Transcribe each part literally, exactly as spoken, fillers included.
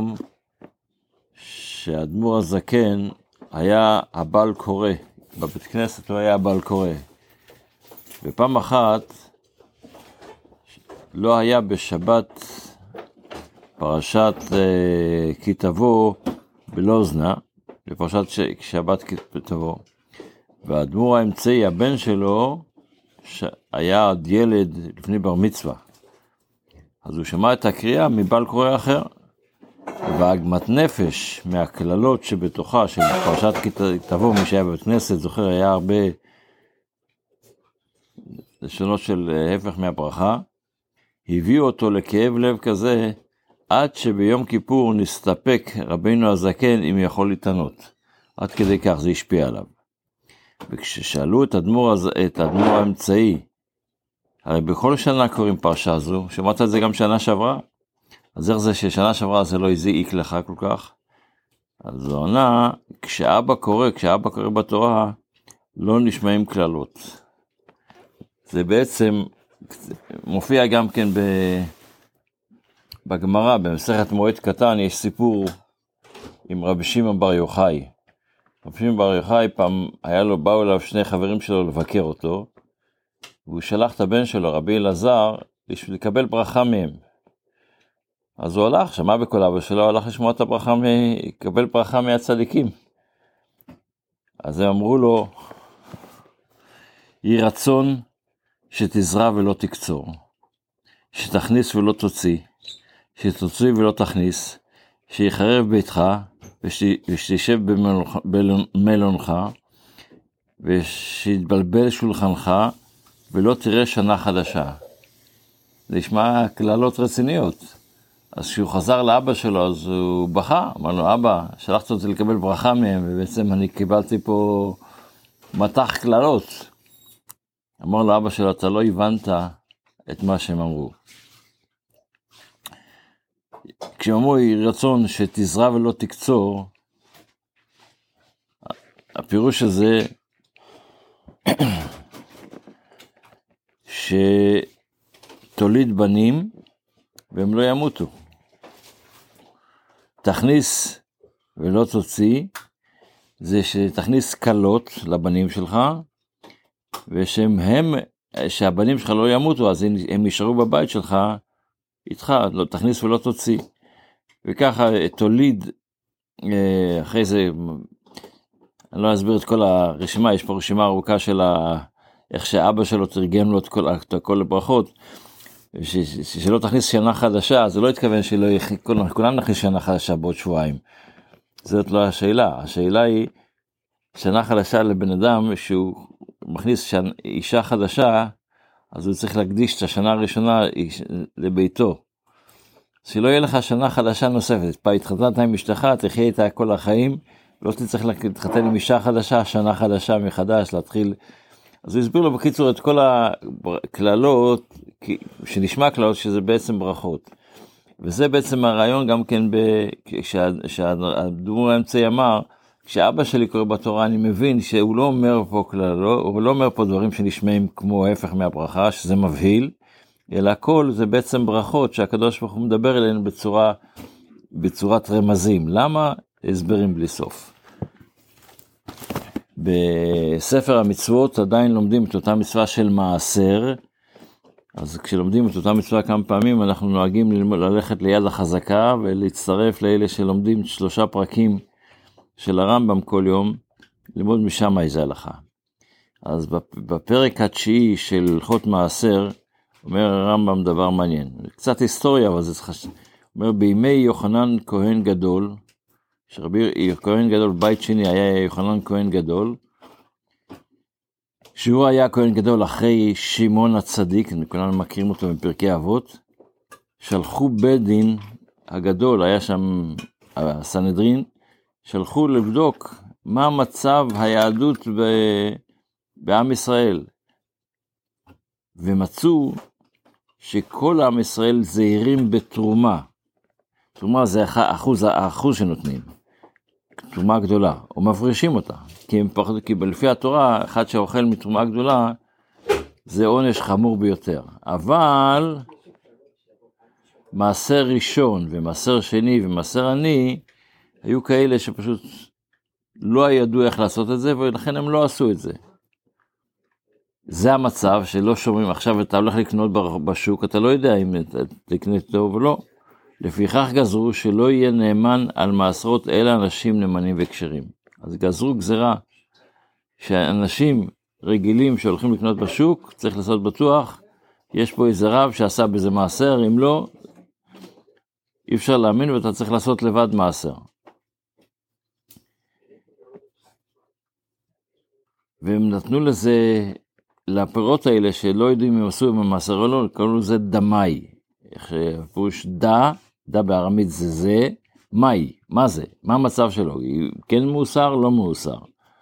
מקום שהאדמו"ר הזקן היה הבעל קורא, בבית כנסת הוא היה הבעל קורא. ופעם אחת לא היה בשבת פרשת אה, כי תבוא בלוזנה, בפרשת ש... שבת כי תבוא. והאדמו"ר האמצעי, הבן שלו, היה עד ילד לפני בר מצווה. אז הוא שמע את הקריאה מבעל קורא אחר. והגמת נפש מהכללות שבתוכה של פרשת כי תבוא, מי שהיה בבית כנסת, זוכר, היה הרבה לשונות של הפך מהברכה, הביאו אותו לכאב לב כזה, עד שביום כיפור נסתפק רבינו הזקן אם יכול להתענות. עד כדי כך זה השפיע עליו. וכששאלו את האדמו"ר את האדמו"ר האמצעי, הרי בכל שנה קוראים פרשה זו, שמעת את זה גם שנה שעברה? אז איך זה ששנה שעברה זה לא הזיק לך כל כך? אז זו עונה, כשאבא קורא, כשאבא קורא בתורה, לא נשמעים כללות. זה בעצם מופיע גם כן ב... בגמרא, במסכת מועד קטן, יש סיפור עם רבי שמעון בר יוחאי. רבי שמעון בר יוחאי, פעם היה לו, באו אליו שני חברים שלו לבקר אותו, והוא שלח את הבן שלו, רבי אלעזר, לקבל ברכה מהם. אז הוא הלך, שמע בכל אבא שלו, הלך לשמוע את הברכה, לקבל ברכה מהצדיקים. אז הם אמרו לו, יהי רצון שתזרע ולא תקצור, שתכניס ולא תוציא, שתוציא ולא תכניס, שיחרב ביתך, ושתשב במלונך, ושיתבלבל שולחנך, ולא תראה שנה חדשה. זה ישמע כללות רציניות. אז כשהוא חזר לאבא שלו, אז הוא בכה, אמר לו, אבא, שלחת אותי לקבל ברכה מהם, ובעצם אני קיבלתי פה מתח כללות. אמר לו, אבא שלו, אתה לא הבנת את מה שהם אמרו. כשהם אמרו, רצון שתזרע ולא תקצור, הפירוש הזה, שתוליד בנים, והם לא ימותו. תכניס ולא תוציא, זה שתכניס קלות לבנים שלך, ושהם הם, שהבנים שלך לא ימותו, אז הם יישארו בבית שלך, איתך, לא, תכניס ולא תוציא. וככה תוליד, אחרי זה, אני לא אסביר את כל הרשימה, יש פה רשימה ארוכה של ה, איך שאבא שלו תרגם לו את כל, את כל הברכות, ש, ש, שלא תכניס שנה חדשה, זה לא התכוון שלא יח... כולם נכניס שנה חדשה בעוד שבועיים. זאת לא השאלה. השאלה היא, שנה חדשה לבן אדם, שהוא מכניס שנ... אישה חדשה, אז הוא צריך להקדיש את השנה הראשונה לביתו. שלא יהיה לך שנה חדשה נוספת. פעם התחתנת עם אשתך, תחיה איתה כל החיים, לא תצטרך להתחתן עם אישה חדשה, שנה חדשה מחדש, להתחיל... אז הוא הסביר לו בקיצור את כל הכללות, שנשמע כללות שזה בעצם ברכות. וזה בעצם הרעיון גם כן, כשהאדמו"ר האמצעי אמר, כשאבא שלי קורא בתורה, אני מבין שהוא לא אומר פה כללות, הוא לא אומר פה דברים שנשמעים כמו ההפך מהברכה, שזה מבהיל, אלא הכל זה בעצם ברכות שהקדוש ברוך הוא מדבר אלינו בצורה, בצורת רמזים. למה? הסברים בלי סוף. בספר המצוות עדיין לומדים את אותה מצווה של מעשר, אז כשלומדים את אותה מצווה כמה פעמים, אנחנו נוהגים ללכת ליד החזקה, ולהצטרף לאלה שלומדים שלושה פרקים של הרמב"ם כל יום, ללמוד משם איזה הלכה. אז בפרק התשיעי של הלכות מעשר, אומר הרמב"ם דבר מעניין, קצת היסטוריה, אבל זה חשוב. אומר, בימי יוחנן כהן גדול, שרבי כהן גדול, בית שני היה יוחנן כהן גדול, שהוא היה כהן גדול אחרי שמעון הצדיק, כולנו מכירים אותו בפרקי אבות, שלחו בית דין הגדול, היה שם הסנהדרין, שלחו לבדוק מה מצב היהדות ב... בעם ישראל, ומצאו שכל עם ישראל זהירים בתרומה, תרומה זה האחוז, האחוז שנותנים, תרומה גדולה, או מפרישים אותה, כי הם פחדו, כי לפי התורה, אחד שאוכל מתרומה גדולה, זה עונש חמור ביותר. אבל, מעשר ראשון ומעשר שני ומעשר עני, היו כאלה שפשוט לא ידעו איך לעשות את זה, ולכן הם לא עשו את זה. זה המצב שלא שומעים, עכשיו אתה הולך לקנות בשוק, אתה לא יודע אם תקנה טוב או לא. לפיכך גזרו שלא יהיה נאמן על מעשרות אלה אנשים נאמנים וקשרים. אז גזרו גזרה שאנשים רגילים שהולכים לקנות בשוק, צריך לעשות בטוח, יש פה איזה רב שעשה בזה מעשר, אם לא, אי אפשר להאמין ואתה צריך לעשות לבד מעשר. והם נתנו לזה, לפירות האלה שלא יודעים אם עשו עם המעשר או לא, קראו לזה דמאי. איך שפרוש דה, דה בארמית זה זה, מאי, מה זה? מה המצב שלו? כן מאוסר, לא מאוסר.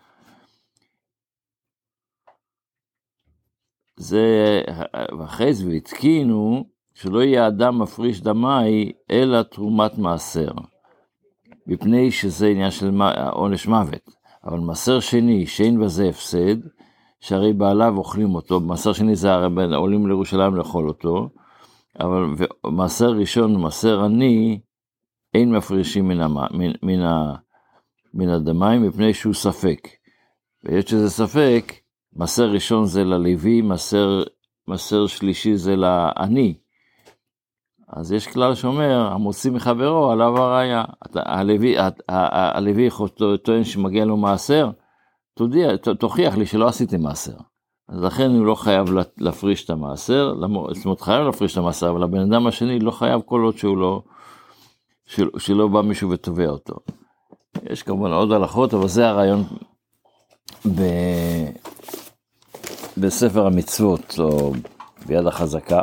זה, ואחרי זה והתקינו, שלא יהיה אדם מפריש דמאי, אלא תרומת מעשר. מפני שזה עניין של עונש מוות. אבל מעשר שני, שאין בזה הפסד, שהרי בעליו אוכלים אותו, מעשר שני זה הרי עולים לירושלים לאכול אותו, אבל מעשר ראשון ומעשר עני, אין מפרישים מן, המה, מן, מן, ה, מן הדמיים, מפני שהוא ספק. ויש שזה ספק, מעשר ראשון זה ללוי, מעשר, מעשר שלישי זה לעני. אז יש כלל שאומר, המוציא מחברו, עליו הראיה. הלוי, הלוי טוען שמגיע לו מעשר, תודיע, תוכיח לי שלא עשיתי מעשר. אז לכן הוא לא חייב להפריש את המעשר, זאת אומרת חייב להפריש את המעשר, אבל הבן אדם השני לא חייב כל עוד שהוא לא, של, שלא בא מישהו ותובע אותו. יש כמובן עוד הלכות, אבל זה הרעיון ב, בספר המצוות, או ביד החזקה.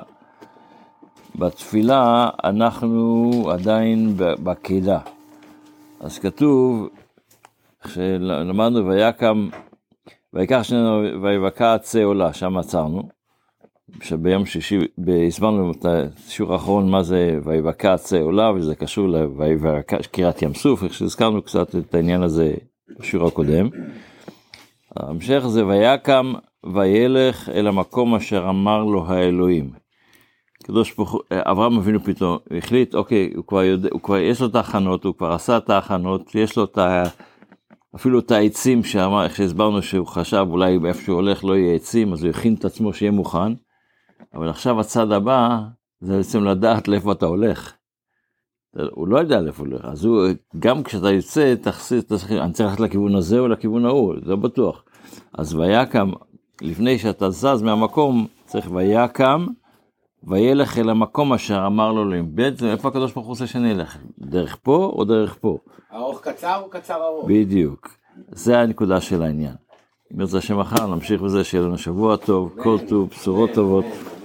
בתפילה אנחנו עדיין בקהילה. אז כתוב, כשלמדנו ויקם, ויקח שנינו ויבקע עצי עולה, שם עצרנו, שביום שישי, הסברנו את השיעור האחרון מה זה ויבקע עצי עולה, וזה קשור לויבקע קריאת ים סוף, איך שהזכרנו קצת את העניין הזה בשיעור הקודם. המשך זה ויקם וילך אל המקום אשר אמר לו האלוהים. קדוש ברוך הוא, אברהם אבינו פתאום החליט, אוקיי, הוא כבר יודע, הוא כבר, יש לו את ההכנות, הוא כבר עשה את ההכנות, יש לו את ה... אפילו את העצים שאמר, איך שהסברנו שהוא חשב, אולי באיפה שהוא הולך לא יהיה עצים, אז הוא הכין את עצמו שיהיה מוכן, אבל עכשיו הצד הבא, זה בעצם לדעת לאיפה אתה הולך. הוא לא יודע לאיפה הוא הולך, אז הוא, גם כשאתה יוצא, תחסיר, תחסיר, אני צריך ללכת לכיוון הזה או לכיוון ההוא, זה לא בטוח. אז ויקם, לפני שאתה זז מהמקום, צריך ויקם, וילך אל המקום אשר אמר לו אלוהים. בעצם איפה הקדוש ברוך הוא עושה שנלך? דרך פה או דרך פה? ארוך קצר או קצר ארוך? בדיוק. זה הנקודה של העניין. אם ירצה השם מחר, נמשיך בזה, שיהיה לנו שבוע טוב, כל טוב, בשורות טובות.